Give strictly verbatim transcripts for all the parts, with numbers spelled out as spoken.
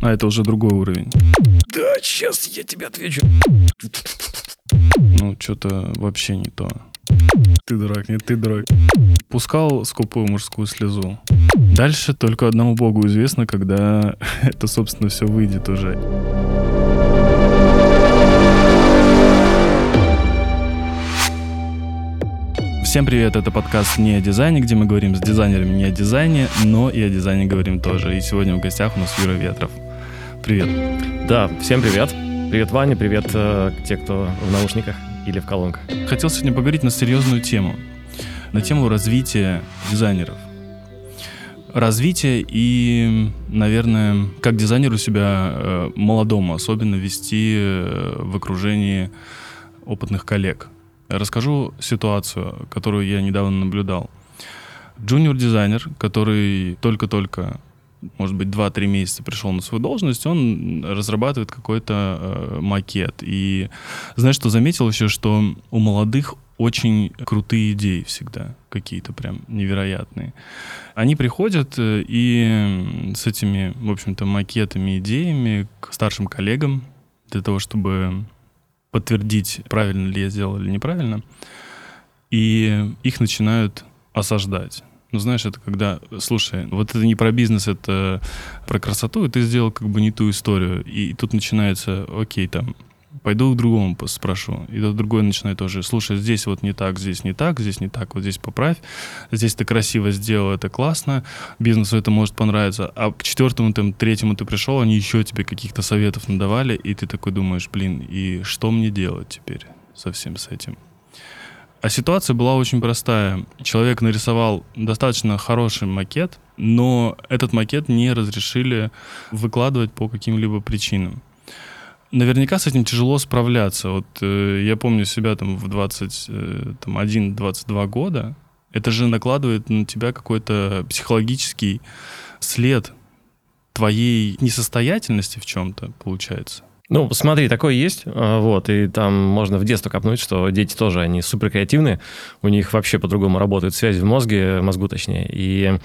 А это уже другой уровень. Да, сейчас я тебе отвечу. Ну, что-то вообще не то. Ты дурак, нет, ты дурак. Пускал скупую мужскую слезу. Дальше только одному богу известно, когда это, собственно, все выйдет уже. Всем привет, это подкаст «Не о дизайне», где мы говорим с дизайнерами не о дизайне, но и о дизайне говорим тоже. И сегодня в гостях у нас Юра Ветров. Привет. Да, всем привет. Привет, Ваня, привет э, те, кто в наушниках или в колонках. Хотел сегодня поговорить на серьезную тему. На тему развития дизайнеров. Развитие и, наверное, как дизайнеру себя э, молодому особенно вести э, в окружении опытных коллег. Расскажу ситуацию, которую я недавно наблюдал. Джуниор-дизайнер, который только-только, может быть, два-три месяца пришел на свою должность, он разрабатывает какой-то э, макет. И знаешь, что заметил еще, что у молодых очень крутые идеи всегда, какие-то прям невероятные. Они приходят и с этими, в общем-то, макетами, идеями к старшим коллегам для того, чтобы подтвердить, правильно ли я сделал или неправильно, и их начинают осаждать. Ну, знаешь, это когда, слушай, вот это не про бизнес, это про красоту, и ты сделал как бы не ту историю. И тут начинается, окей, там, пойду к другому спрошу. И тот другой начинает тоже, слушай, здесь вот не так, здесь не так, здесь не так, вот здесь поправь. Здесь ты красиво сделал, это классно, бизнесу это может понравиться. А к четвертому, там, третьему ты пришел, они еще тебе каких-то советов надавали, и ты такой думаешь, блин, и что мне делать теперь со всем с этим? А ситуация была очень простая. Человек нарисовал достаточно хороший макет, но этот макет не разрешили выкладывать по каким-либо причинам. Наверняка с этим тяжело справляться. Вот э, я помню себя там в двадцать один - двадцать два года. Это же накладывает на тебя какой-то психологический след твоей несостоятельности в чем-то, получается. Ну, смотри, такое есть, вот, и там можно в детство копнуть, что дети тоже, они супер креативные, у них вообще по-другому работают связи в мозге, мозгу точнее, и,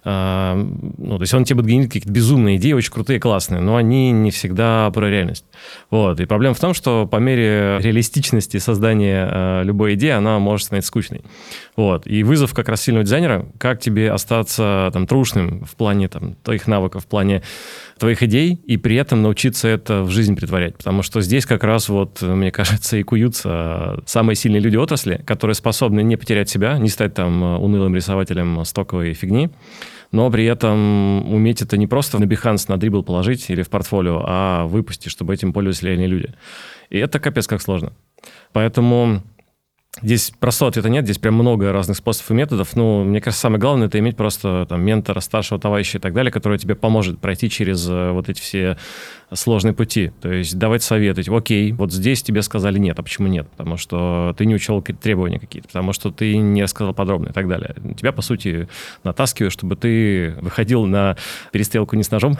э, ну, то есть он тебе будет генерить какие-то безумные идеи, очень крутые, классные, но они не всегда про реальность, вот, и проблема в том, что по мере реалистичности создания э, любой идеи, она может становиться скучной, вот, и вызов как раз сильного дизайнера, как тебе остаться там трушным в плане там твоих навыков, в плане твоих идей, и при этом научиться это в жизнь притворять. Потому что здесь как раз, вот, мне кажется, и куются самые сильные люди отрасли, которые способны не потерять себя, не стать там унылым рисователем стоковой фигни, но при этом уметь это не просто на Behance, на дрибл положить или в портфолио, а выпустить, чтобы этим пользовались реальные люди. И это капец как сложно. Поэтому здесь простого ответа нет, здесь прям много разных способов и методов. Ну, мне кажется, самое главное — это иметь просто там ментора, старшего товарища и так далее, который тебе поможет пройти через вот эти все сложные пути. То есть давать советовать. Окей, вот здесь тебе сказали нет, а почему нет? Потому что ты не учел требования какие-то, потому что ты не рассказал подробно и так далее. Тебя, по сути, натаскивают, чтобы ты выходил на перестрелку не с ножом,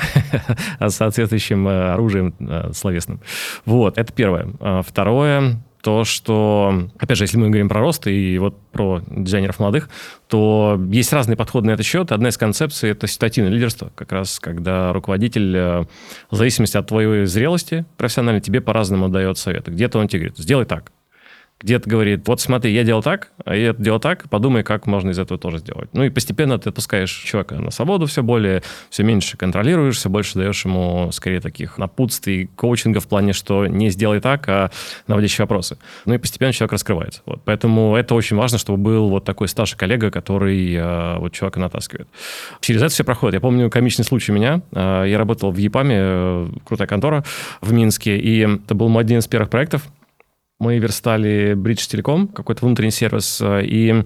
а с соответствующим оружием словесным. Вот, это первое. Второе — то, что, опять же, если мы говорим про рост и вот про дизайнеров молодых, то есть разные подходы на этот счет. Одна из концепций – это ситуативное лидерство, как раз когда руководитель, в зависимости от твоей зрелости профессиональной, тебе по-разному дает советы. Где-то он тебе говорит, сделай так. Где-то говорит, вот смотри, я делал так, а я это делал так, подумай, как можно из этого тоже сделать. Ну и постепенно ты отпускаешь человека на свободу все более, все меньше контролируешь, все больше даешь ему скорее таких напутствий, коучинга в плане, что не сделай так, а наводящие вопросы. Ну и постепенно человек раскрывается. Вот. Поэтому это очень важно, чтобы был вот такой старший коллега, который э, вот человека натаскивает. Через это все проходит. Я помню комичный случай у меня. Э, я работал в ЕПАМе, э, крутая контора в Минске, и это был мой один из первых проектов. Мы верстали British Telecom, какой-то внутренний сервис, и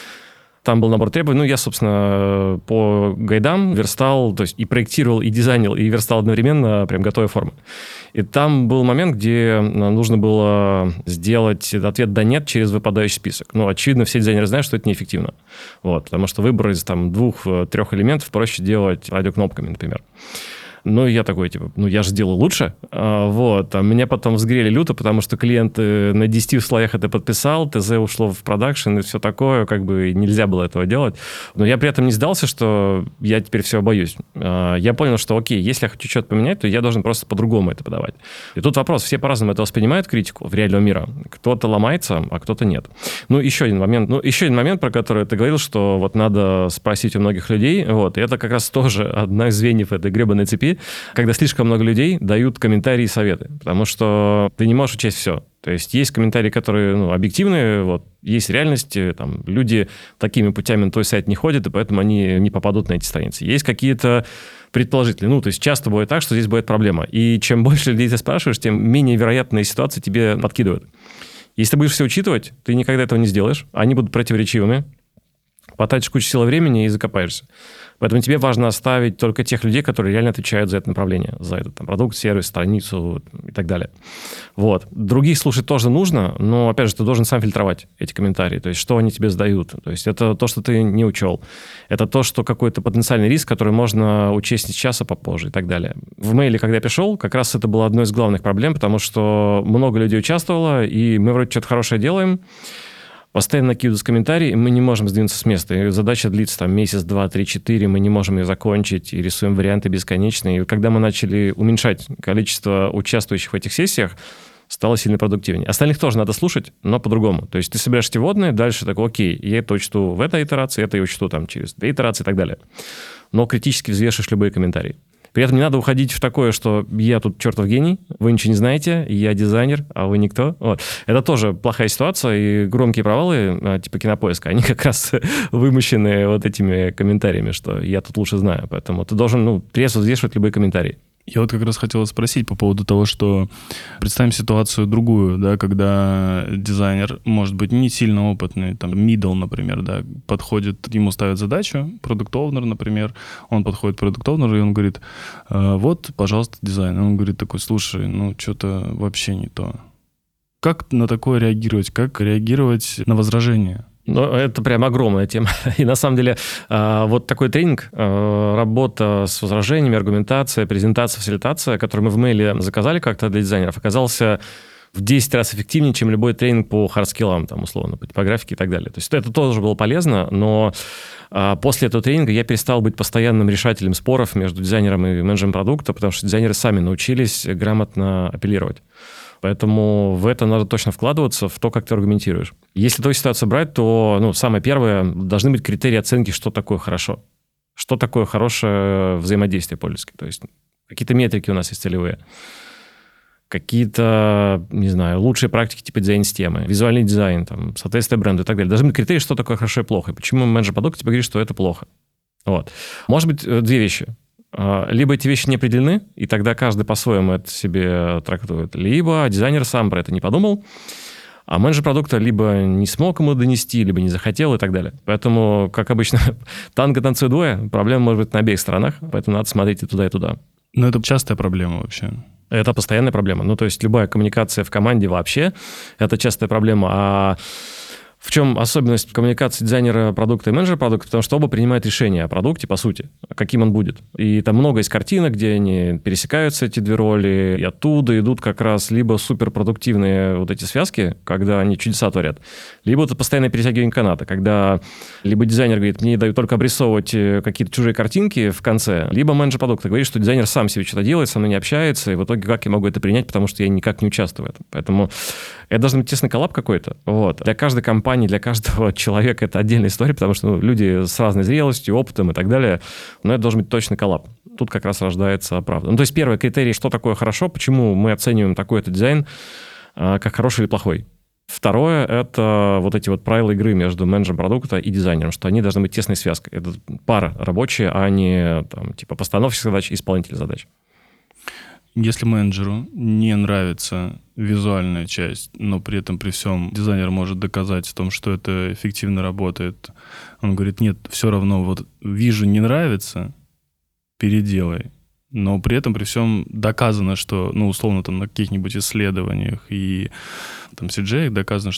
там был набор требований. Ну, я, собственно, по гайдам верстал, то есть и проектировал, и дизайнил, и верстал одновременно прям готовые формы. И там был момент, где нужно было сделать ответ «да», «нет» через выпадающий список. Ну, очевидно, все дизайнеры знают, что это неэффективно. Вот, потому что выбор из там двух-трех элементов проще делать радиокнопками, например. Ну, я такой, типа, ну, я же делаю лучше. А, вот. А меня потом взгрели люто, потому что клиент на десяти слоях это подписал, ТЗ ушло в продакшн и все такое, как бы нельзя было этого делать. Но я при этом не сдался, что я теперь все боюсь. А, я понял, что, окей, если я хочу что-то поменять, то я должен просто по-другому это подавать. И тут вопрос, все по-разному это воспринимают, критику в реальном мире. Кто-то ломается, а кто-то нет. Ну, еще один момент, ну, еще один момент, про который ты говорил, что вот надо спросить у многих людей, вот, и это как раз тоже одна из звеньев этой гребаной цепи, когда слишком много людей дают комментарии и советы, потому что ты не можешь учесть все. То есть есть комментарии, которые ну, объективные, вот, есть реальность, там, люди такими путями на твой сайт не ходят, и поэтому они не попадут на эти страницы. Есть какие-то предположители. Ну, то есть часто бывает так, что здесь будет проблема. И чем больше людей ты спрашиваешь, тем менее вероятные ситуации тебе подкидывают. Если ты будешь все учитывать, ты никогда этого не сделаешь, они будут противоречивыми, потратишь кучу сил и времени и закопаешься. Поэтому тебе важно оставить только тех людей, которые реально отвечают за это направление, за этот там, продукт, сервис, страницу и так далее. Вот. Других слушать тоже нужно, но, опять же, ты должен сам фильтровать эти комментарии, то есть что они тебе сдают. То есть это то, что ты не учел. Это то, что какой-то потенциальный риск, который можно учесть сейчас, а попозже и так далее. В мейле, когда я пришел, как раз это было одной из главных проблем, потому что много людей участвовало, и мы вроде что-то хорошее делаем, постоянно накидываются комментарии, и мы не можем сдвинуться с места. И задача длится там месяц, два, три, четыре, мы не можем ее закончить, и рисуем варианты бесконечные. И когда мы начали уменьшать количество участвующих в этих сессиях, стало сильно продуктивнее. Остальных тоже надо слушать, но по-другому. То есть ты собираешь эти вводные, дальше такой, окей, я это учту в этой итерации, это я учту там через две итерации и так далее. Но критически взвешиваешь любые комментарии. При этом не надо уходить в такое, что я тут чертов гений, вы ничего не знаете, я дизайнер, а вы никто. Вот. Это тоже плохая ситуация, и громкие провалы, типа Кинопоиска, они как раз вымощены вот этими комментариями, что я тут лучше знаю. Поэтому ты должен ну, трезво взвешивать любые комментарии. Я вот как раз хотел спросить по поводу того, что представим ситуацию другую, да, когда дизайнер, может быть, не сильно опытный, там, middle, например, да, подходит, ему ставят задачу, продукт-оунер, например, он подходит к продукт-оунеру, и он говорит, вот, пожалуйста, дизайн. Он говорит такой, слушай, ну, что-то вообще не то. Как на такое реагировать? Как реагировать на возражение? Ну, это прям огромная тема. И на самом деле вот такой тренинг, работа с возражениями, аргументация, презентация, фасилитация, которую мы в мейле заказали как-то для дизайнеров, оказался в десять раз эффективнее, чем любой тренинг по хардскиллам, там, условно, по типографике и так далее. То есть это тоже было полезно, но после этого тренинга я перестал быть постоянным решателем споров между дизайнером и менеджером продукта, потому что дизайнеры сами научились грамотно апеллировать. Поэтому в это надо точно вкладываться, в то, как ты аргументируешь. Если твою ситуацию брать, то ну, самое первое, должны быть критерии оценки, что такое хорошо. Что такое хорошее взаимодействие пользовательское. То есть какие-то метрики у нас есть целевые. Какие-то, не знаю, лучшие практики типа дизайн-системы, визуальный дизайн, там, соответствие бренду и так далее. Должны быть критерии, что такое хорошо и плохо. И почему менеджер продукта тебе говорит, что это плохо. Вот. Может быть, две вещи. Либо эти вещи не определены, и тогда каждый по-своему это себе трактует, либо дизайнер сам про это не подумал, а менеджер продукта либо не смог ему донести, либо не захотел и так далее. Поэтому, как обычно, танго танцуют двое, проблема может быть на обеих сторонах, поэтому надо смотреть и туда, и туда. Но это частая проблема вообще. Это постоянная проблема. Ну, то есть любая коммуникация в команде вообще, это частая проблема, а в чем особенность коммуникации дизайнера продукта и менеджера продукта? Потому что оба принимают решение о продукте, по сути, каким он будет. И там много есть картинок, где они пересекаются, эти две роли, и оттуда идут как раз либо суперпродуктивные вот эти связки, когда они чудеса творят, либо это постоянное перетягивание каната, когда либо дизайнер говорит, мне дают только обрисовывать какие-то чужие картинки в конце, либо менеджер продукта говорит, что дизайнер сам себе что-то делает, со мной не общается, и в итоге как я могу это принять, потому что я никак не участвую в этом. Поэтому это должен быть тесный коллаб какой-то. Вот. Для каждой компании, для каждого человека это отдельная история, потому что ну, люди с разной зрелостью, опытом и так далее, но это должен быть точный коллаб. Тут как раз рождается правда. Ну, то есть первый критерий, что такое хорошо, почему мы оцениваем такой-то дизайн как хороший или плохой. Второе – это вот эти вот правила игры между менеджером продукта и дизайнером, что они должны быть тесной связкой. Это пара рабочая, а не там, типа постановщик задач и исполнитель задач. Если менеджеру не нравится визуальная часть, но при этом при всем дизайнер может доказать в том, что это эффективно работает, он говорит, нет, все равно вот вижу, не нравится, переделай. Но при этом при всем доказано, что, ну, условно, там на каких-нибудь исследованиях и там си джей доказано, что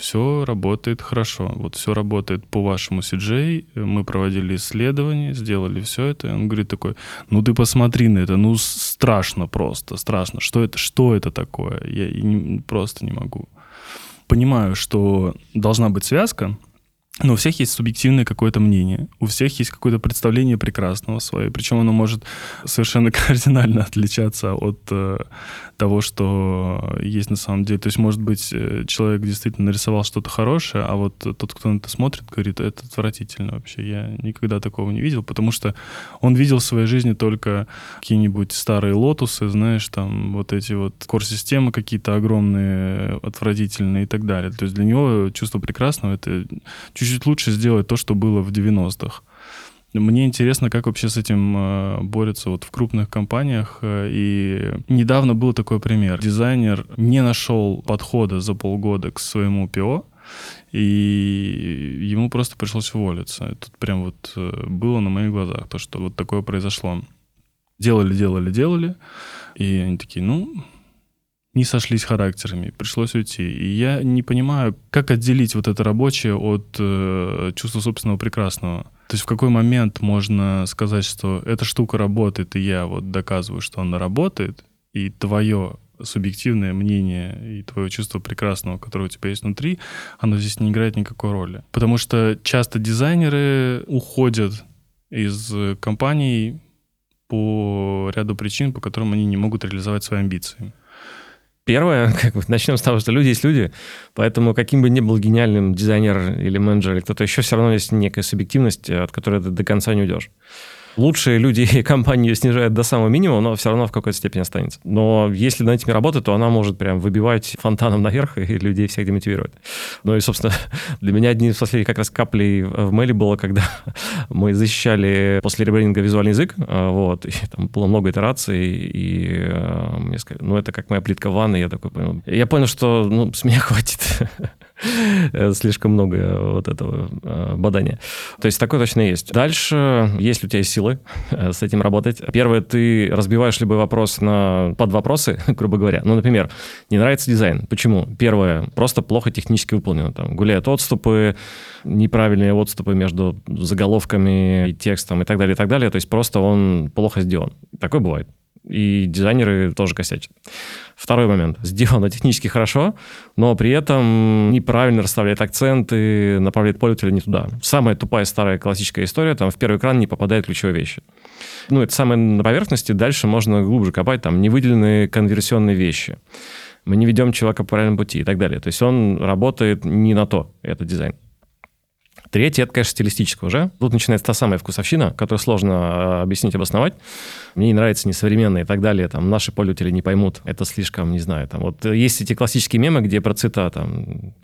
все работает хорошо, вот все работает по вашему си джей, мы проводили исследования, сделали все это, и он говорит такой, ну ты посмотри на это, ну страшно просто, страшно, что это, что это такое, я не, просто не могу. Понимаю, что должна быть связка, но у всех есть субъективное какое-то мнение, у всех есть какое-то представление прекрасного свое, причем оно может совершенно кардинально отличаться от э, того, что есть на самом деле. То есть, может быть, человек действительно нарисовал что-то хорошее, а вот тот, кто на это смотрит, говорит, это отвратительно вообще, я никогда такого не видел, потому что он видел в своей жизни только какие-нибудь старые лотусы, знаешь, там вот эти вот кор-системы какие-то огромные, отвратительные и так далее. То есть для него чувство прекрасного — это чуть-чуть лучше сделать то, что было в девяностых. Мне интересно, как вообще с этим э, борются вот в крупных компаниях. Э, и недавно был такой пример. Дизайнер не нашел подхода за полгода к своему пи о, и ему просто пришлось уволиться. Тут прям вот э, было на моих глазах то, что вот такое произошло. Делали, делали, делали, и они такие, ну... не сошлись характерами, пришлось уйти. И я не понимаю, как отделить вот это рабочее от э, чувства собственного прекрасного. То есть в какой момент можно сказать, что эта штука работает, и я вот доказываю, что она работает, и твое субъективное мнение и твое чувство прекрасного, которое у тебя есть внутри, оно здесь не играет никакой роли. Потому что часто дизайнеры уходят из компаний по ряду причин, по которым они не могут реализовать свои амбиции. Первое, как бы, начнем с того, что люди есть люди, поэтому каким бы ни был гениальным дизайнер или менеджер, или кто-то еще, все равно есть некая субъективность, от которой ты до конца не уйдешь. Лучшие люди и компании ее снижают до самого минимума, но все равно в какой-то степени останется. Но если над этими работать, то она может прям выбивать фонтаном наверх и людей всех демотивировать. Ну и, собственно, для меня одни из последних как раз каплей в мейле было, когда мы защищали после ребрендинга визуальный язык, вот, и там было много итераций, и мне сказали, ну это как моя плитка в ванной, я такой понял. Я понял, что ну, с меня хватит. Слишком много вот этого бадания. То есть такое точно есть. Дальше, если у тебя есть силы с этим работать. Первое, ты разбиваешь любой вопрос на подвопросы, грубо говоря. Ну, например, не нравится дизайн. Почему? Первое, просто плохо технически выполнено. Там гуляют отступы, неправильные отступы между заголовками и текстом и так далее, и так далее. То есть просто он плохо сделан. Такое бывает. И дизайнеры тоже косячат. Второй момент. Сделано технически хорошо, но при этом неправильно расставляет акценты, направляет пользователя не туда. Самая тупая старая классическая история, там в первый экран не попадают ключевые вещи. Ну, это самое на поверхности, дальше можно глубже копать, там не выделены конверсионные вещи. Мы не ведем человека по правильному пути и так далее. То есть он работает не на то, этот дизайн. Третье, это, конечно, стилистическое уже. Тут начинается та самая вкусовщина, которую сложно объяснить, обосновать. Мне не нравится несовременное и так далее. Там, наши пользователи не поймут. Это слишком, не знаю. Там, вот есть эти классические мемы, где про цвета там,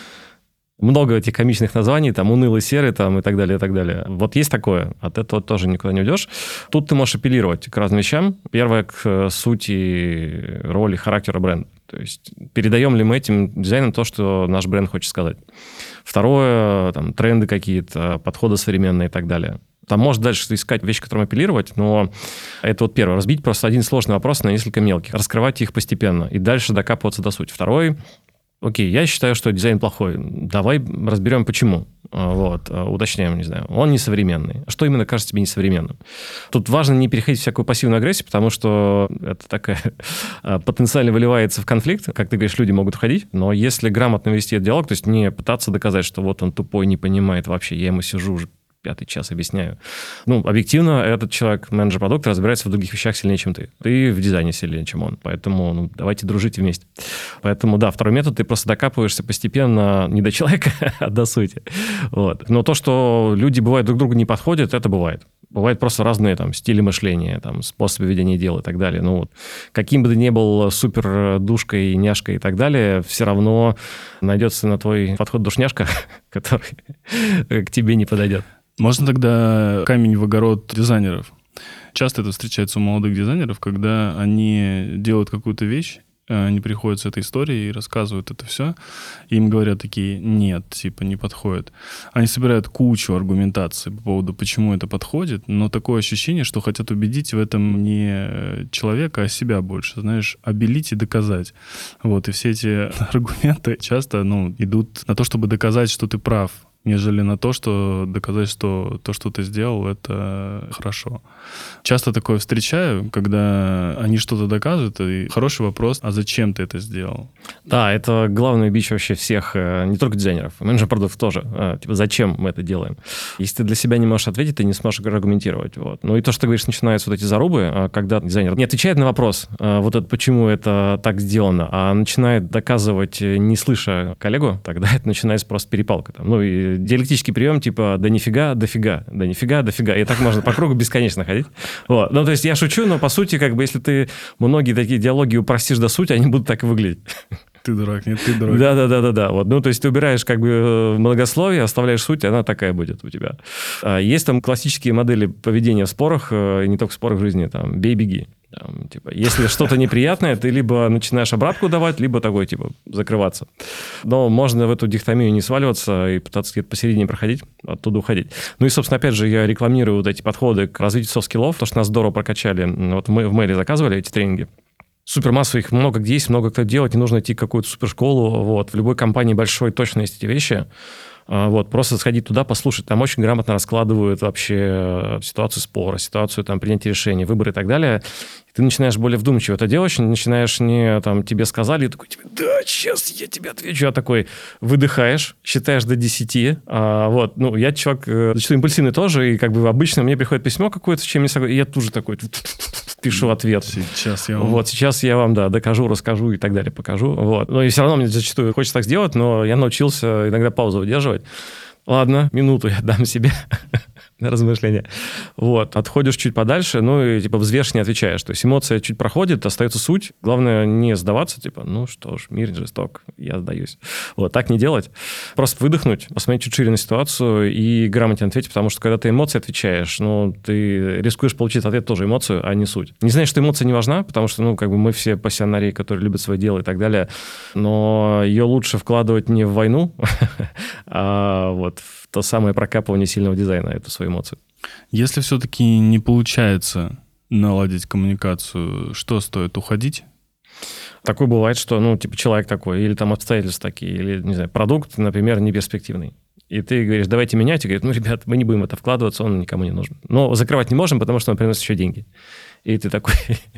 много этих комичных названий, там, унылый серый там, и так далее, и так далее. Вот есть такое. От этого тоже никуда не уйдешь. Тут ты можешь апеллировать к разным вещам. Первое, к сути, роли, характера бренда. То есть передаем ли мы этим дизайном то, что наш бренд хочет сказать. Второе, там, тренды какие-то, подходы современные и так далее. Там можно дальше искать вещи, к которым апеллировать, но это вот первое. Разбить просто один сложный вопрос на несколько мелких. Раскрывать их постепенно и дальше докапываться до сути. Второй, окей, я считаю, что дизайн плохой. Давай разберем, почему. Вот, уточняем, не знаю. Он несовременный. Что именно кажется тебе несовременным? Тут важно не переходить в всякую пассивную агрессию, потому что это такая потенциально выливается в конфликт. Как ты говоришь, люди могут уходить, но если грамотно вести этот диалог, то есть не пытаться доказать, что вот он тупой, не понимает вообще, я ему сижу уже пятый час объясняю. Ну, объективно, этот человек, менеджер продукта, разбирается в других вещах сильнее, чем ты. Ты в дизайне сильнее, чем он. Поэтому ну, давайте дружите вместе. Поэтому, да, второй метод, ты просто докапываешься постепенно не до человека, а до сути. Вот. Но то, что люди, бывают, друг другу не подходят, это бывает. Бывают просто разные там, стили мышления, там, способы ведения дел и так далее. Ну, вот, каким бы ты ни был супер душкой, няшкой и так далее, все равно найдется на твой подход душняшка, который к тебе не подойдет. Можно тогда камень в огород дизайнеров? Часто это встречается у молодых дизайнеров, когда они делают какую-то вещь, они приходят с этой историей и рассказывают это все, и им говорят такие, нет, типа, не подходит. Они собирают кучу аргументаций по поводу, почему это подходит, но такое ощущение, что хотят убедить в этом не человека, а себя больше, знаешь, обелить и доказать. Вот, и все эти аргументы часто, ну, идут на то, чтобы доказать, что ты прав, нежели на то, что доказать, что то, что ты сделал, это хорошо. Часто такое встречаю, когда они что-то доказывают, и хороший вопрос, а зачем ты это сделал? Да, это главный бич вообще всех, не только дизайнеров, менеджеров продуктов тоже. Типа, зачем мы это делаем? Если ты для себя не можешь ответить, ты не сможешь аргументировать. Вот. Ну и то, что ты говоришь, начинаются вот эти зарубы, когда дизайнер не отвечает на вопрос, вот это почему это так сделано, а начинает доказывать, не слыша коллегу, тогда это начинается просто перепалка. Там. Ну и диалектический прием типа да нифига, дофига, да нифига, дофига. И так можно по кругу бесконечно ходить. Вот. Ну, то есть я шучу, но по сути, как бы, если ты многие такие диалоги упростишь до сути, они будут так и выглядеть. Ты дурак, нет, ты дурак. Да-да-да-да-да. Вот. Ну, то есть ты убираешь как бы многословие, оставляешь суть, она такая будет у тебя. Есть там классические модели поведения в спорах, не только в спорах в жизни, там, бей-беги. Там, типа, если что-то неприятное, ты либо начинаешь обратку давать, либо такой, типа, закрываться. Но можно в эту дихотомию не сваливаться и пытаться где-то посередине проходить, оттуда уходить. Ну и, собственно, опять же, я рекламирую вот эти подходы к развитию софт-скиллов, то, что нас здорово прокачали. Вот мы в Мэйле заказывали эти тренинги. Супермассово их много где есть, много кто делать, не нужно идти в какую-то супершколу. Вот. В любой компании большой точно есть эти вещи. Вот, просто сходить туда, послушать. Там очень грамотно раскладывают вообще ситуацию спора, ситуацию там, принятия решений, выборы и так далее. И ты начинаешь более вдумчиво это делать, начинаешь не там, тебе сказали, и такой, да, сейчас я тебе отвечу. А такой выдыхаешь, считаешь до десяти. А, вот, ну, я человек зачастую импульсивный тоже, и как бы обычно мне приходит письмо какое-то, с чем не согласен, и я тут же такой пишу ответ. Сейчас я вам... Вот, сейчас я вам, да, докажу, расскажу и так далее, покажу. Вот. Но и все равно мне зачастую хочется так сделать, но я научился иногда паузу выдерживать. Ладно, минуту я дам себе на размышления. Вот, отходишь чуть подальше, ну и типа взвешенно отвечаешь. То есть эмоция чуть проходит, остается суть. Главное не сдаваться, типа, ну что ж, мир жесток, я сдаюсь. Вот, так не делать. Просто выдохнуть, посмотреть чуть шире на ситуацию и грамотно ответить, потому что когда ты эмоции отвечаешь, ну, ты рискуешь получить ответ тоже эмоцию, а не суть. Не значит, что эмоция не важна, потому что, ну, как бы мы все пассионарии, которые любят свое дело и так далее, но ее лучше вкладывать не в войну, а вот в то самое прокапывание сильного дизайна, эту свою эмоцию. Если все-таки не получается наладить коммуникацию, что стоит, уходить? Такое бывает, что, ну, типа, человек такой, или там обстоятельства такие, или, не знаю, продукт, например, не перспективный. И ты говоришь, давайте менять, и говорят, ну, ребят, мы не будем в это вкладываться, он никому не нужен. Но закрывать не можем, потому что он приносит еще деньги. И ты такой...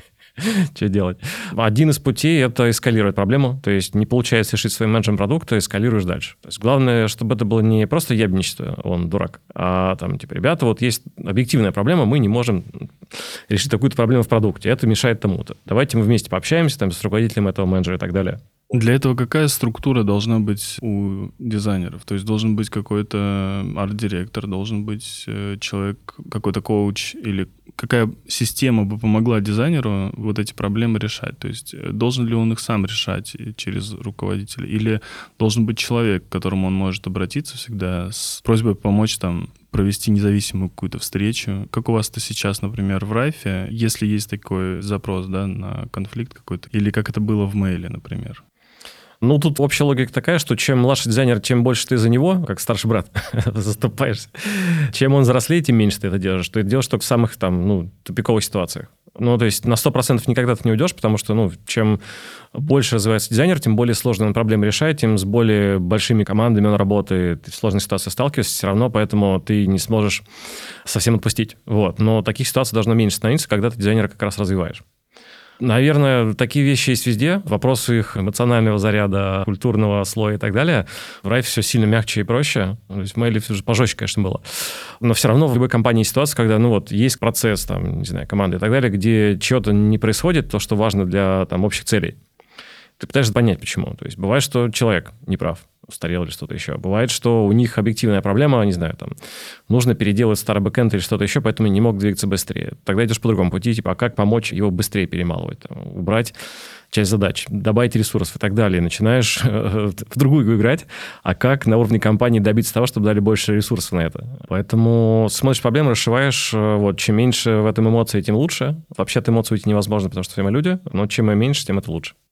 Что делать? Один из путей – это эскалировать проблему. То есть не получается решить своим менеджером продукта, эскалируешь дальше. То есть главное, чтобы это было не просто ябничество, он дурак, а там, типа, ребята, вот есть объективная проблема, мы не можем решить такую-то проблему в продукте, это мешает тому-то. Давайте мы вместе пообщаемся там, с руководителем этого менеджера и так далее. Для этого какая структура должна быть у дизайнеров? То есть должен быть какой-то арт-директор, должен быть человек, какой-то коуч, или какая система бы помогла дизайнеру вот эти проблемы решать? То есть должен ли он их сам решать через руководителя? Или должен быть человек, к которому он может обратиться всегда с просьбой помочь там провести независимую какую-то встречу? Как у вас это сейчас, например, в Райфе, если есть такой запрос, да, на конфликт какой-то? Или как это было в Мэйле, например? Ну, тут общая логика такая, что чем младший дизайнер, чем больше ты за него, как старший брат, заступаешься. Чем он взрослеет, тем меньше ты это делаешь. Ты это делаешь только в самых там, ну, тупиковых ситуациях. Ну, то есть на сто процентов никогда ты не уйдешь, потому что, ну, чем больше развивается дизайнер, тем более сложно он проблемы решает, тем с более большими командами он работает, ты в сложной ситуации сталкиваешься все равно, поэтому ты не сможешь совсем отпустить. Вот. Но таких ситуаций должно меньше становиться, когда ты дизайнера как раз развиваешь. Наверное, такие вещи есть везде. Вопросы их эмоционального заряда, культурного слоя и так далее. В Райфе все сильно мягче и проще. То есть в Мэйле все же пожестче, конечно, было. Но все равно в любой компании есть ситуация, когда, ну вот, есть процесс, там, не знаю, команды и так далее, где чего-то не происходит, то, что важно для там, общих целей. Ты пытаешься понять, почему. То есть бывает, что человек не прав, устарел или что-то еще. Бывает, что у них объективная проблема, не знаю, там, нужно переделать старый бэкэнд или что-то еще, поэтому не мог двигаться быстрее. Тогда идешь по другому пути, типа, а как помочь его быстрее перемалывать? Там, убрать часть задач, добавить ресурсов и так далее. И начинаешь в другую игру играть, а как на уровне компании добиться того, чтобы дали больше ресурсов на это. Поэтому смотришь проблему, расшиваешь, вот, чем меньше в этом эмоций, тем лучше. Вообще от эмоций уйти невозможно, потому что все мы люди, но чем меньше, тем это лучше.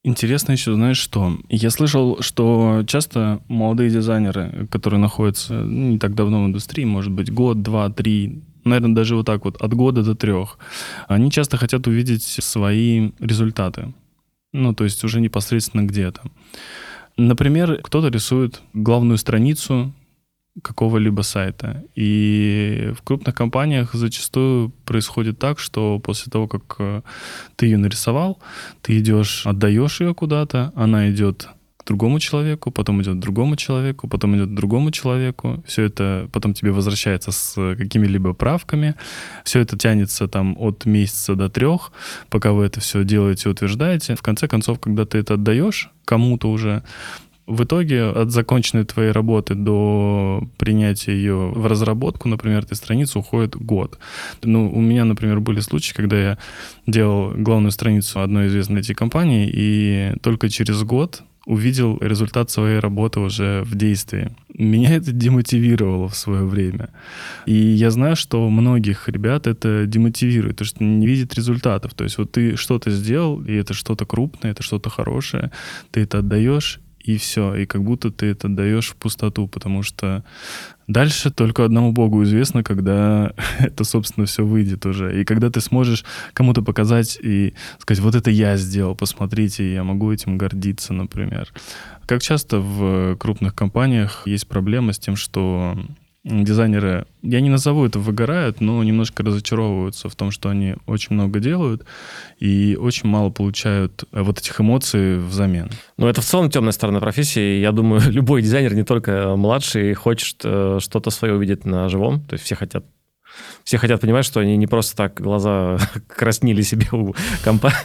Интересно еще, знаешь что? Я слышал, что часто молодые дизайнеры, которые находятся не так давно в индустрии, может быть, год, два, три, наверное, даже вот так вот, от года до трех, они часто хотят увидеть свои результаты. Ну, то есть уже непосредственно где-то. Например, кто-то рисует главную страницу какого-либо сайта. И в крупных компаниях зачастую происходит так, что после того, как ты ее нарисовал, ты идешь, отдаешь ее куда-то, она идет к другому человеку, потом идет к другому человеку, потом идет к другому человеку. Все это потом тебе возвращается с какими-либо правками. Все это тянется там от месяца до трех, пока вы это все делаете, утверждаете. В конце концов, когда ты это отдаешь кому-то уже, в итоге от законченной твоей работы до принятия ее в разработку, например, этой страницы уходит год. Ну, у меня, например, были случаи, когда я делал главную страницу одной известной ай ти-компании, и только через год увидел результат своей работы уже в действии. Меня это демотивировало в свое время. И я знаю, что многих ребят это демотивирует, потому что не видят результатов. То есть вот ты что-то сделал, и это что-то крупное, это что-то хорошее, ты это отдаешь, и все, и как будто ты это даешь в пустоту, потому что дальше только одному Богу известно, когда это, собственно, все выйдет уже. И когда ты сможешь кому-то показать и сказать, вот это я сделал, посмотрите, я могу этим гордиться, например. Как часто в крупных компаниях есть проблема с тем, что дизайнеры, я не назову это выгорают, но немножко разочаровываются в том, что они очень много делают и очень мало получают вот этих эмоций взамен. Ну, это в целом темная сторона профессии. Я думаю, любой дизайнер, не только младший, хочет что-то свое увидеть на живом. То есть все хотят все хотят понимать, что они не просто так глаза краснили себе у компа.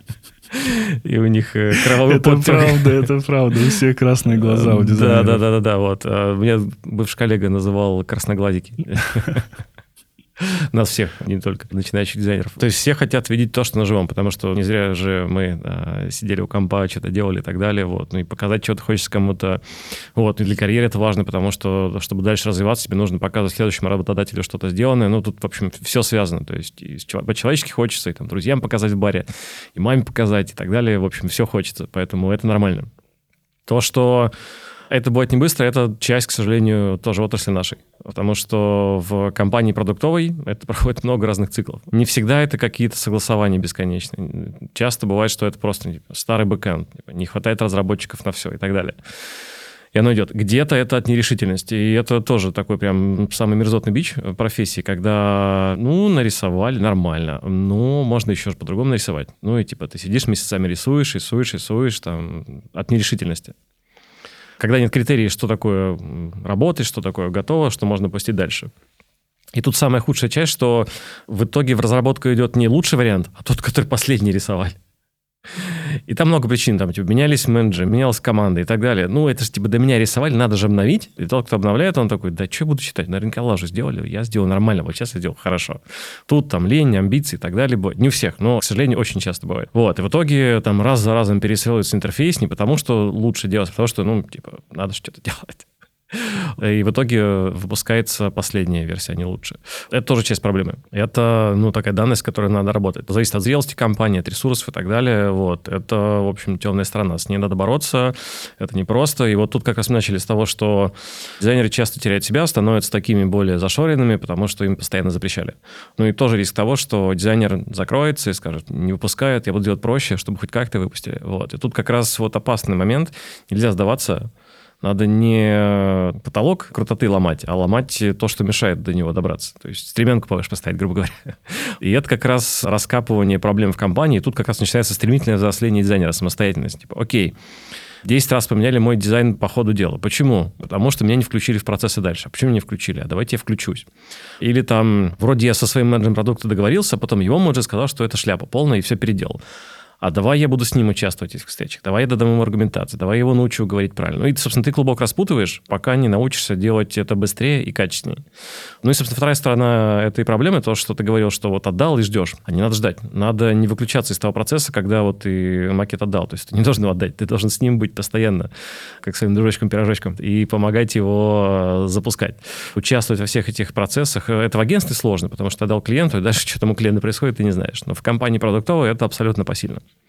И у них кровавый это подтек. Это правда, это правда. У всех красные глаза у дизайнеров. Да, да, да, да, вот. Меня бывший коллега называл красноглазики. Нас всех, не только начинающих дизайнеров. То есть все хотят видеть то, что на живом, потому что не зря же мы а, сидели у компа, что-то делали и так далее. Вот. Ну и показать что-то хочется кому-то. Вот. И для карьеры это важно, потому что, чтобы дальше развиваться, тебе нужно показывать следующему работодателю что-то сделанное. Ну, тут, в общем, все связано. То есть и по-человечески хочется и там, друзьям показать в баре, и маме показать и так далее. В общем, все хочется, поэтому это нормально. То, что это будет не быстро, это часть, к сожалению, тоже отрасли нашей. Потому что в компании продуктовой это проходит много разных циклов. Не всегда это какие-то согласования бесконечные. Часто бывает, что это просто типа, старый бэкэнд, типа, не хватает разработчиков на все и так далее. И оно идет. Где-то это от нерешительности. И это тоже такой прям самый мерзотный бич профессии, когда, ну, нарисовали нормально, ну, можно еще по-другому нарисовать. Ну, и типа ты сидишь месяцами рисуешь, рисуешь, рисуешь, там, от нерешительности. Когда нет критерий, что такое работает, что такое готово, что можно пустить дальше. И тут самая худшая часть, что в итоге в разработку идет не лучший вариант, а тот, который последний рисовали. И там много причин. Там типа, менялись менеджеры, менялась команда и так далее. Ну, это же типа до меня рисовали, надо же обновить. И тот, кто обновляет, он такой, да что я буду читать? Наверняка лажу сделали, я сделал нормально, вот сейчас я сделал хорошо. Тут там лень, амбиции и так далее. Не у всех, но, к сожалению, очень часто бывает. Вот. И в итоге там раз за разом пересылается интерфейс не потому, что лучше делать, а потому что, ну, типа, надо что-то делать. И в итоге выпускается последняя версия, а не лучше. Это тоже часть проблемы. Это, ну, такая данность, с которой надо работать. Это зависит от зрелости компании, от ресурсов и так далее. Вот. Это, в общем, темная сторона. С ней надо бороться. Это непросто. И вот тут как раз мы начали с того, что дизайнеры часто теряют себя, становятся такими более зашоренными, потому что им постоянно запрещали. Ну и тоже риск того, что дизайнер закроется и скажет, не выпускают, я буду делать проще, чтобы хоть как-то выпустили. Вот. И тут как раз вот опасный момент. Нельзя сдаваться. Надо не потолок крутоты ломать, а ломать то, что мешает до него добраться. То есть стремянку повыше поставить, грубо говоря. И это как раз раскапывание проблем в компании. И тут как раз начинается стремительное взросление дизайнера, самостоятельность. Типа, окей, десять раз поменяли мой дизайн по ходу дела. Почему? Потому что меня не включили в процессы дальше. А почему не включили? А давайте я включусь. Или там, вроде я со своим менеджером продукта договорился, а потом его менеджер сказал, что это шляпа полная, и все переделал. А давай я буду с ним участвовать в этих встречах, давай я дадам ему аргументацию, давай я его научу говорить правильно. Ну и, собственно, ты клубок распутываешь, пока не научишься делать это быстрее и качественнее. Ну и, собственно, вторая сторона этой проблемы, то, что ты говорил, что вот отдал и ждешь. А не надо ждать. Надо не выключаться из того процесса, когда вот ты макет отдал. То есть ты не должен его отдать, ты должен с ним быть постоянно, как своим дружочком-пирожочком, и помогать его запускать. Участвовать во всех этих процессах. Это в агентстве сложно, потому что отдал клиенту, и дальше что там у клиента происходит, ты не знаешь. Но в компании продуктовой это абсолютно посильно.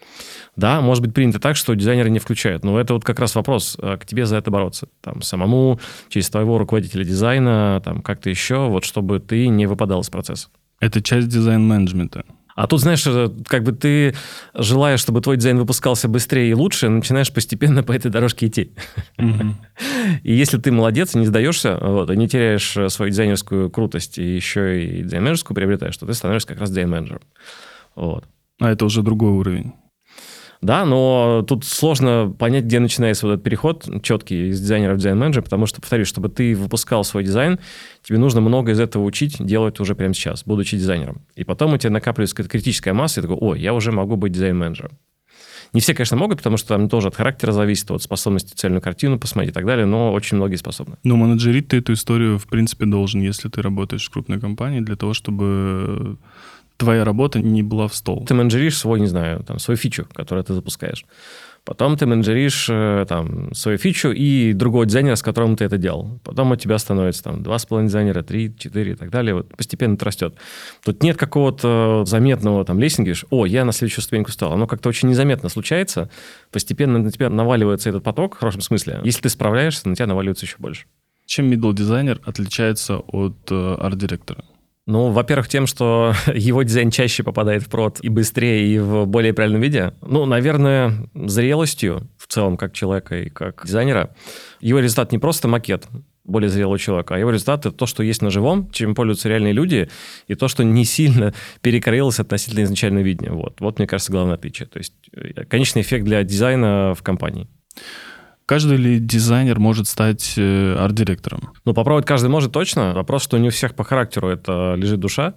Да, может быть принято так, что дизайнеры не включают, но это вот как раз вопрос, к тебе за это бороться. Там, самому, через твоего руководителя дизайна, там, как-то еще, вот, чтобы ты не выпадал из процесса. Это часть дизайн-менеджмента. А тут, знаешь, как бы ты, желая, чтобы твой дизайн выпускался быстрее и лучше, начинаешь постепенно по этой дорожке идти. Mm-hmm. И если ты молодец, не сдаешься, вот, и не теряешь свою дизайнерскую крутость, и еще и дизайн-менеджерскую приобретаешь, то ты становишься как раз дизайн-менеджером. Вот. А это уже другой уровень. Да, но тут сложно понять, где начинается вот этот переход четкий из дизайнера в дизайн-менеджера, потому что, повторюсь, чтобы ты выпускал свой дизайн, тебе нужно много из этого учить, делать уже прямо сейчас, будучи дизайнером. И потом у тебя накапливается какая-то критическая масса, и такой, ой, я уже могу быть дизайн-менеджером. Не все, конечно, могут, потому что там тоже от характера зависит, от способности цельную картину посмотреть и так далее, но очень многие способны. Но менеджерить ты эту историю, в принципе, должен, если ты работаешь в крупной компании, для того, чтобы твоя работа не была в стол. Ты менеджеришь свой, не знаю, там, свою фичу, которую ты запускаешь. Потом ты менеджеришь там, свою фичу и другого дизайнера, с которым ты это делал. Потом у тебя становится там два с половиной дизайнера, три, четыре и так далее. Вот постепенно это растет. Тут нет какого-то заметного там лестника, о, я на следующую ступеньку стал. Оно как-то очень незаметно случается. Постепенно на тебя наваливается этот поток, в хорошем смысле. Если ты справляешься, на тебя наваливается еще больше. Чем middle дизайнер отличается от э, арт-директора? Ну, во-первых, тем, что его дизайн чаще попадает в прод и быстрее, и в более правильном виде. Ну, наверное, зрелостью в целом, как человека и как дизайнера. Его результат не просто макет более зрелого человека, а его результат – это то, что есть на живом, чем пользуются реальные люди, и то, что не сильно перекроилось относительно изначального видения. Вот, вот мне кажется, главное отличие. То есть, конечный эффект для дизайна в компании. Каждый ли дизайнер может стать э, арт-директором? Ну, попробовать каждый может точно. Вопрос, что не у всех по характеру это лежит душа,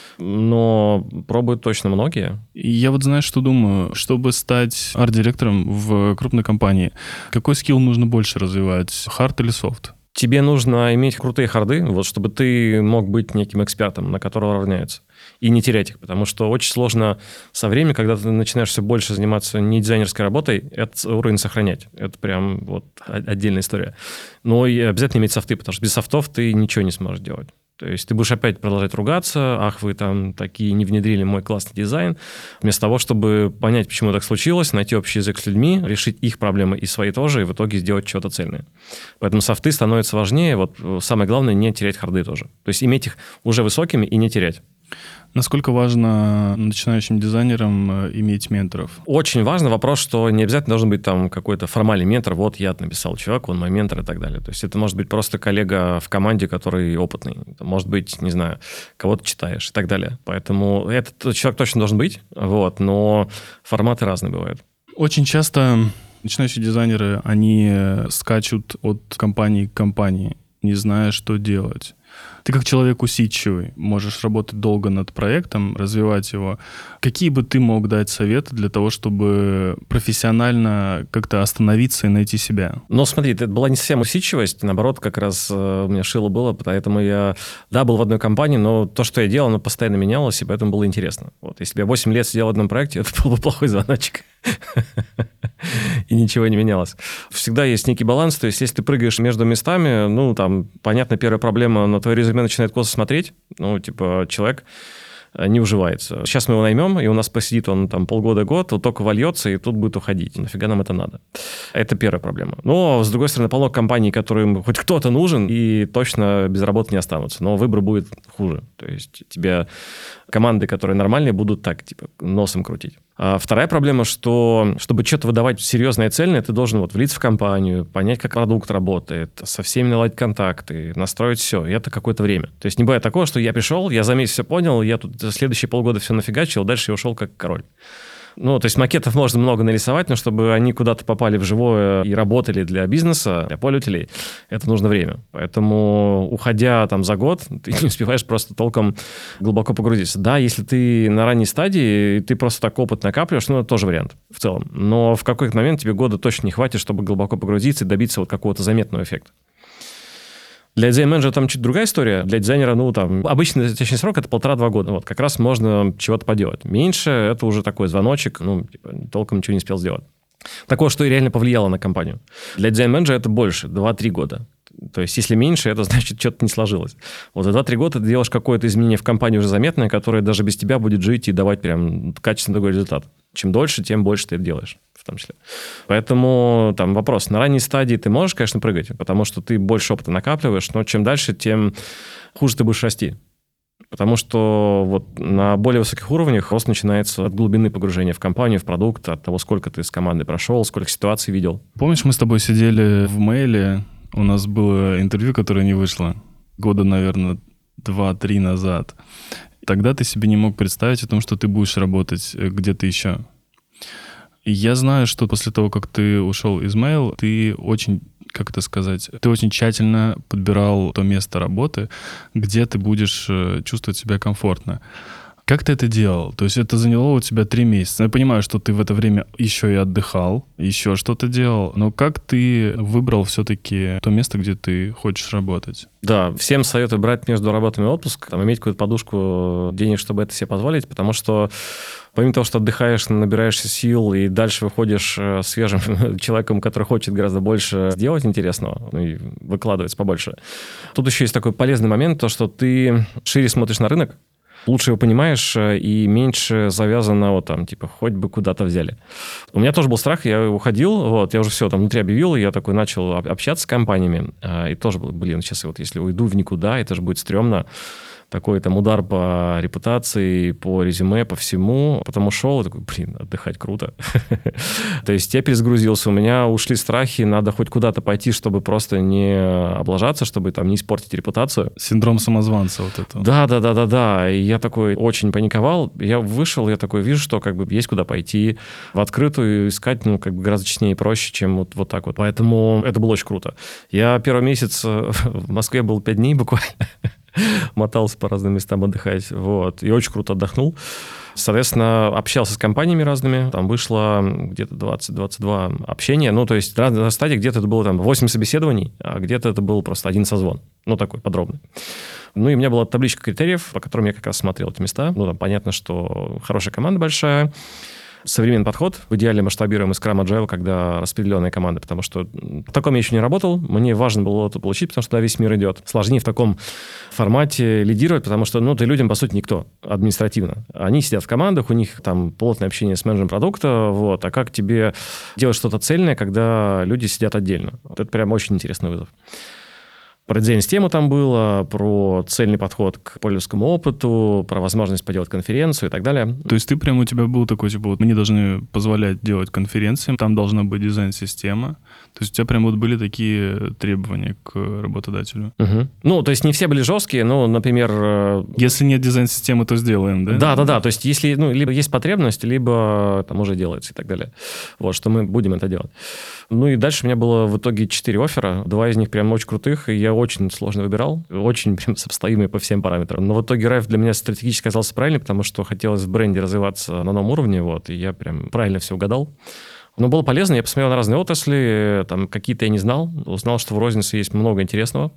но пробуют точно многие. И я вот, знаешь, что думаю? Чтобы стать арт-директором в крупной компании, какой скилл нужно больше развивать, хард или софт? Тебе нужно иметь крутые харды, вот, чтобы ты мог быть неким экспертом, на которого равняются, и не терять их, потому что очень сложно со временем, когда ты начинаешь все больше заниматься не дизайнерской работой, этот уровень сохранять. Это прям вот отдельная история. Но и обязательно иметь софты, потому что без софтов ты ничего не сможешь делать. То есть ты будешь опять продолжать ругаться, ах, вы там такие не внедрили мой классный дизайн, вместо того, чтобы понять, почему так случилось, найти общий язык с людьми, решить их проблемы и свои тоже, и в итоге сделать что-то цельное. Поэтому софты становятся важнее. Вот самое главное – не терять харды тоже. То есть иметь их уже высокими и не терять. Насколько важно начинающим дизайнерам иметь менторов? Очень важно. Вопрос, что не обязательно должен быть там какой-то формальный ментор. Вот я написал человек, он мой ментор и так далее. То есть это может быть просто коллега в команде, который опытный. Это может быть, не знаю, кого-то читаешь и так далее. Поэтому этот человек точно должен быть, вот, но форматы разные бывают. Очень часто начинающие дизайнеры, они скачут от компании к компании, не зная, что делать. Ты как человек усидчивый, можешь работать долго над проектом, развивать его. Какие бы ты мог дать советы для того, чтобы профессионально как-то остановиться и найти себя? Ну, смотри, это была не совсем усидчивость, наоборот, как раз у меня шило было, поэтому я, да, был в одной компании, но то, что я делал, оно постоянно менялось, и поэтому было интересно. Вот, если бы я восемь лет сидел в одном проекте, это был бы плохой звоночек. И ничего не менялось. Всегда есть некий баланс, то есть если ты прыгаешь между местами, ну, там, понятно, первая проблема, на твое резюме начинает косо смотреть, ну, типа, человек не уживается. Сейчас мы его наймем, и у нас посидит он там полгода-год, вот только вольется, и тут будет уходить. Нафига нам это надо? Это первая проблема. Но, с другой стороны, полно компаний, которым хоть кто-то нужен, и точно без работы не останутся. Но выбор будет хуже. То есть тебе команды, которые нормальные, будут так, типа, носом крутить. А вторая проблема, что чтобы что-то выдавать серьезное и цельное, ты должен вот влиться в компанию, понять, как продукт работает, со всеми наладить контакты, настроить все. И это какое-то время. То есть не бывает такого, что я пришел, я за месяц все понял, я тут следующие полгода все нафигачил, дальше я ушел как король. Ну, то есть макетов можно много нарисовать, но чтобы они куда-то попали в живое и работали для бизнеса, для пользователей, это нужно время. Поэтому, уходя там за год, ты не успеваешь просто толком глубоко погрузиться. Да, если ты на ранней стадии, ты просто так опыт накапливаешь, ну, это тоже вариант в целом. Но в какой-то момент тебе года точно не хватит, чтобы глубоко погрузиться и добиться вот какого-то заметного эффекта. Для дизайн-менеджера там чуть другая история. Для дизайнера, ну, там, обычный точный срок – это полтора-два года. Вот, как раз можно чего-то поделать. Меньше – это уже такой звоночек, ну, типа, толком ничего не успел сделать. Такое, что и реально повлияло на компанию. Для дизайн-менеджера это больше, два-три года. То есть, если меньше, это значит, что-то не сложилось. Вот за два-три года ты делаешь какое-то изменение в компании уже заметное, которое даже без тебя будет жить и давать прям качественный такой результат. чем дольше, тем больше ты это делаешь. В том числе. Поэтому там вопрос. На ранней стадии ты можешь, конечно, прыгать, потому что ты больше опыта накапливаешь, но чем дальше, тем хуже ты будешь расти. Потому что вот на более высоких уровнях рост начинается от глубины погружения в компанию, в продукт, от того, сколько ты с командой прошел, сколько ситуаций видел. Помнишь, мы с тобой сидели в Мейле, у нас было интервью, которое не вышло года, наверное, два-три назад. Тогда ты себе не мог представить о том, что ты будешь работать где-то еще. И я знаю, что после того, как ты ушел из Mail, ты очень, как это сказать, ты очень тщательно подбирал то место работы, где ты будешь чувствовать себя комфортно. Как ты это делал? То есть это заняло у тебя три месяца. Я понимаю, что ты в это время еще и отдыхал, еще что-то делал, но как ты выбрал все-таки то место, где ты хочешь работать? Да, всем советую брать между работами отпуск, там, иметь какую-то подушку денег, чтобы это себе позволить, потому что помимо того, что отдыхаешь, набираешься сил и дальше выходишь свежим человеком, который хочет гораздо больше сделать интересного, ну и выкладывать побольше. Тут еще есть такой полезный момент, то, что ты шире смотришь на рынок, лучше его понимаешь и меньше завязан на вот там, типа, хоть бы куда-то взяли. У меня тоже был страх, я уходил, вот, я уже все там внутри объявил, я такой начал общаться с компаниями, и тоже был, блин, сейчас вот если уйду в никуда, это же будет стрёмно. Такой там удар по репутации, по резюме, по всему. Потом ушел, и такой, блин, отдыхать круто. То есть я перезагрузился, у меня ушли страхи, надо хоть куда-то пойти, чтобы просто не облажаться, чтобы там не испортить репутацию. Синдром самозванца вот это. Да, да, да, да, да. И я такой очень паниковал. Я вышел, я такой вижу, что как бы есть куда пойти. В открытую искать, ну, как бы гораздо честнее и проще, чем вот, вот так вот. Поэтому это было очень круто. Я первый месяц в Москве был пять дней буквально. Мотался по разным местам отдыхать, вот, и очень круто отдохнул. Соответственно, общался с компаниями разными, там вышло где-то двадцать-двадцать два общения, ну, то есть на стадии где-то это было там восемь собеседований, а где-то это был просто один созвон, ну, такой подробный. Ну, и у меня была табличка критериев, по которым я как раз смотрел эти места. Ну, там понятно, что хорошая команда большая, современный подход, в идеале масштабируемый Scrum Agile, когда распределенные команды, потому что в таком я еще не работал, мне важно было это получить, потому что туда весь мир идет. Сложнее в таком формате лидировать, потому что, ну, ты людям, по сути, никто административно. Они сидят в командах, у них там плотное общение с менеджером продукта, вот, а как тебе делать что-то цельное, когда люди сидят отдельно? Вот это прям очень интересный вызов. Про дизайн-систему там было, про цельный подход к пользовательскому опыту, про возможность поделать конференцию и так далее. То есть ты прям у тебя был такой, типа, вот мы не должны позволять делать конференции, там должна быть дизайн-система. То есть у тебя прям вот были такие требования к работодателю? Угу. Ну, то есть не все были жесткие, но, например... Если нет дизайн-системы, то сделаем, да? Да-да-да, то есть если, ну, либо есть потребность, либо там уже делается и так далее. Вот, что мы будем это делать. Ну и дальше у меня было в итоге четыре оффера, два из них прям очень крутых, и я очень сложно выбирал, очень прям сопоставимые по всем параметрам. Но в итоге Райф для меня стратегически оказался правильным, потому что хотелось в бренде развиваться на новом уровне, вот, и я прям правильно все угадал. Но было полезно, я посмотрел на разные отрасли, там какие-то я не знал, узнал, что в рознице есть много интересного.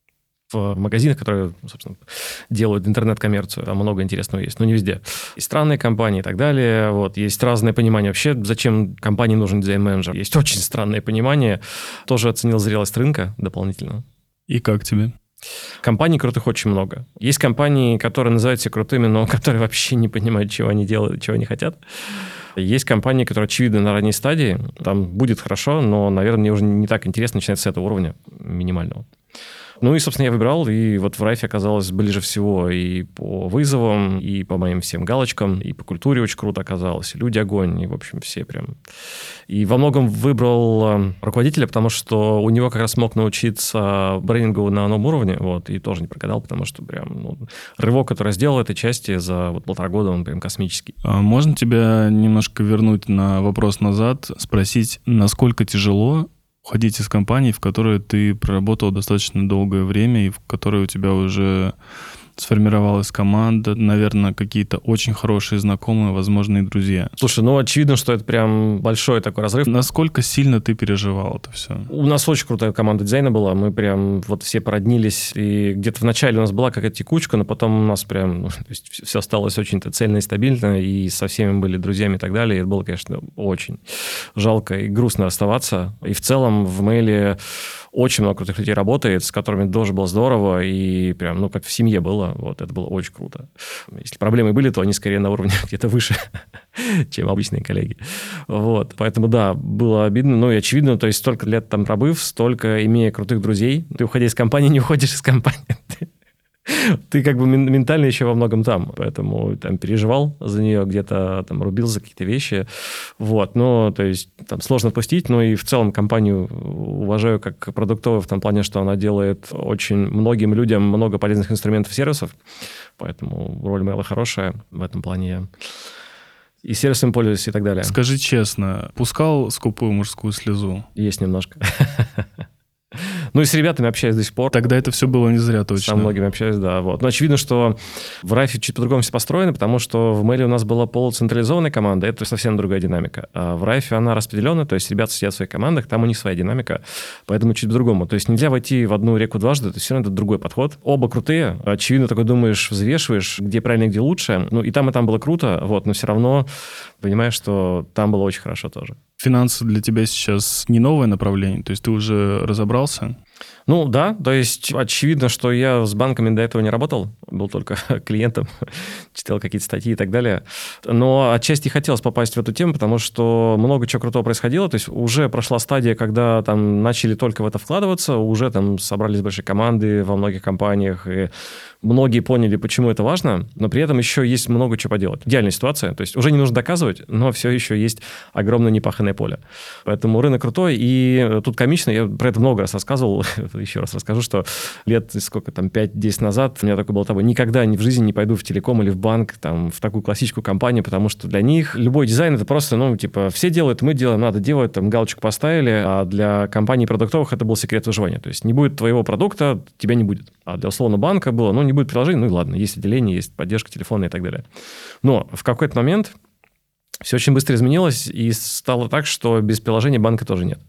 В магазинах, которые, собственно, делают интернет-коммерцию, там много интересного есть, но не везде. И странные компании и так далее. Вот. Есть разное понимание вообще, зачем компании нужен дизайн-менеджер. Есть очень странное понимание. Тоже оценил зрелость рынка дополнительно. И как тебе? Компаний крутых очень много. Есть компании, которые называют себя крутыми, но которые вообще не понимают, чего они делают, чего они хотят. Есть компании, которые очевидно на ранней стадии. Там будет хорошо, но, наверное, мне уже не так интересно начинать с этого уровня минимального. Ну и, собственно, я выбирал, и вот в Райфе оказалось ближе всего и по вызовам, и по моим всем галочкам, и по культуре очень круто оказалось, и люди огонь, и, в общем, все прям. И во многом выбрал руководителя, потому что у него как раз мог научиться брендингу на новом уровне, вот, и тоже не прогадал, потому что прям ну, рывок, который сделал этой части за вот полтора года, он прям космический. А можно тебя немножко вернуть на вопрос назад, спросить, насколько тяжело уходить из компании, в которой ты проработал достаточно долгое время и в которой у тебя уже сформировалась команда, наверное, какие-то очень хорошие знакомые, возможно, и друзья. Слушай, ну, очевидно, что это прям большой такой разрыв. Насколько сильно ты переживал это все? У нас очень крутая команда дизайна была, мы прям вот все породнились, и где-то вначале у нас была какая-то текучка, но потом у нас прям, ну, то есть все осталось очень-то цельно и стабильно, и со всеми были друзьями и так далее, и это было, конечно, очень жалко и грустно расставаться. И в целом в Мейле очень много крутых людей работает, с которыми тоже было здорово, и прям, ну, как в семье было. было. Вот, это было очень круто. Если проблемы были, то они скорее на уровне где-то выше, чем обычные коллеги. Вот, поэтому, да, было обидно. Ну, и очевидно, то есть столько лет там пробыв, столько имея крутых друзей, ты, уходя из компании, не уходишь из компании. Ты как бы ментально еще во многом там, поэтому там переживал за нее, где-то там рубил за какие-то вещи, вот, ну, то есть там сложно отпустить, но и в целом компанию уважаю как продуктовую в том плане, что она делает очень многим людям много полезных инструментов и сервисов, поэтому роль Мэйла хорошая в этом плане. Я и сервисом пользуюсь и так далее. Скажи честно, пускал скупую мужскую слезу? Есть немножко. Ну и с ребятами общаюсь до сих пор. Тогда это все было не зря точно. Со многими общаюсь, да. Вот. Но очевидно, что в Райфе чуть по-другому все построено, потому что в Мэйле у нас была полуцентрализованная команда, это совсем другая динамика. А в Райфе она распределенная, то есть ребята сидят в своих командах, там у них своя динамика, поэтому чуть по-другому. То есть нельзя войти в одну реку дважды, то есть все равно это другой подход. Оба крутые, очевидно, такой думаешь, взвешиваешь, где правильно, где лучше. Ну и там, и там было круто, вот, но все равно понимаешь, что там было очень хорошо тоже. Финансы для тебя сейчас не новое направление? То есть ты уже разобрался? Ну да, то есть очевидно, что я с банками до этого не работал, был только клиентом, читал какие-то статьи и так далее. Но отчасти хотелось попасть в эту тему, потому что много чего крутого происходило. То есть уже прошла стадия, когда там начали только в это вкладываться, уже там собрались большие команды во многих компаниях, и многие поняли, почему это важно, но при этом еще есть много чего поделать. Идеальная ситуация, то есть уже не нужно доказывать, но все еще есть огромное непаханное поле. Поэтому рынок крутой, и тут комично, я про это много раз рассказывал, еще раз расскажу, что лет, сколько там, пять-десять назад у меня такое было тобой, никогда ни в жизни не пойду в телеком или в банк, там, в такую классическую компанию, потому что для них любой дизайн это просто, ну, типа, все делают, мы делаем, надо делать, там, галочку поставили, а для компаний продуктовых это был секрет выживания. То есть не будет твоего продукта, тебя не будет. А для условно банка было, ну, не будет приложений, ну и ладно, есть отделение, есть поддержка телефона и так далее. Но в какой-то момент все очень быстро изменилось, и стало так, что без приложения банка тоже нет.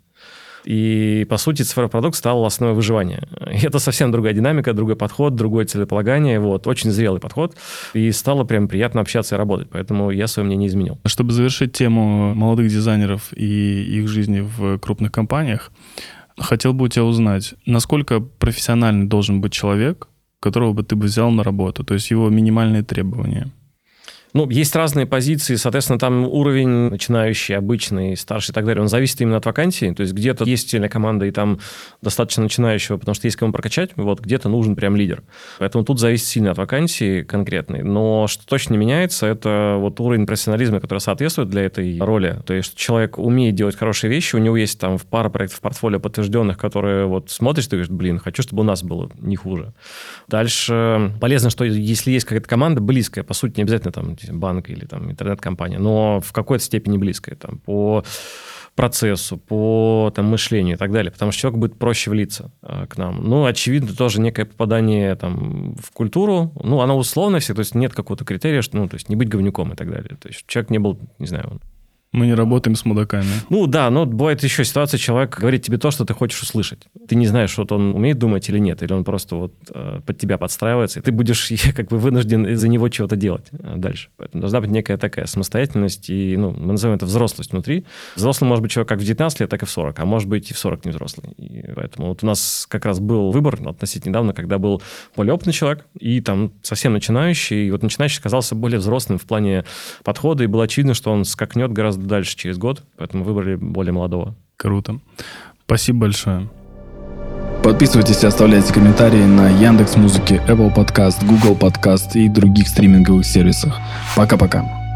И, по сути, цифровой продукт стал основой выживания. И это совсем другая динамика, другой подход, другое целеполагание. Вот, очень зрелый подход. И стало прям приятно общаться и работать. Поэтому я свое мнение изменил. Чтобы завершить тему молодых дизайнеров и их жизни в крупных компаниях, хотел бы у тебя узнать, насколько профессиональный должен быть человек, которого бы ты бы взял на работу, то есть его минимальные требования? Ну, есть разные позиции, соответственно, там уровень начинающий, обычный, старший и так далее, он зависит именно от вакансии, то есть где-то есть сильная команда, и там достаточно начинающего, потому что есть кому прокачать, вот где-то нужен прям лидер. Поэтому тут зависит сильно от вакансии конкретной, но что точно не меняется, это вот уровень профессионализма, который соответствует для этой роли, то есть человек умеет делать хорошие вещи, у него есть там пара проектов в портфолио подтвержденных, которые вот смотришь, ты говоришь, блин, хочу, чтобы у нас было не хуже. Дальше полезно, что если есть какая-то команда близкая, по сути, не обязательно там банк или там интернет-компания, но в какой-то степени близкая там, по процессу, по там, мышлению и так далее, потому что человек будет проще влиться а, к нам. Ну, очевидно, тоже некое попадание там, в культуру, ну, оно условное все, то есть нет какого-то критерия, что, ну, то есть не быть говнюком и так далее. То есть человек не был, не знаю, Мы не работаем с мудаками. Ну да, но бывает еще ситуация, человек говорит тебе то, что ты хочешь услышать. Ты не знаешь, что он умеет думать или нет, или он просто вот э, под тебя подстраивается, и ты будешь как бы вынужден из-за него чего-то делать дальше. Поэтому должна быть некая такая самостоятельность, и ну, мы называем это взрослость внутри. Взрослый может быть человек как в девятнадцать лет, так и в сорок, а может быть и в сорок не взрослый. И поэтому вот у нас как раз был выбор относительно недавно, когда был более опытный человек, и там совсем начинающий, и вот начинающий оказался более взрослым в плане подхода, и было очевидно, что он скакнет гораздо дальше через год, поэтому выбрали более молодого. Круто. Спасибо большое. Подписывайтесь и оставляйте комментарии на Яндекс.Музыке, Apple Podcast, Google Podcast и других стриминговых сервисах. Пока-пока.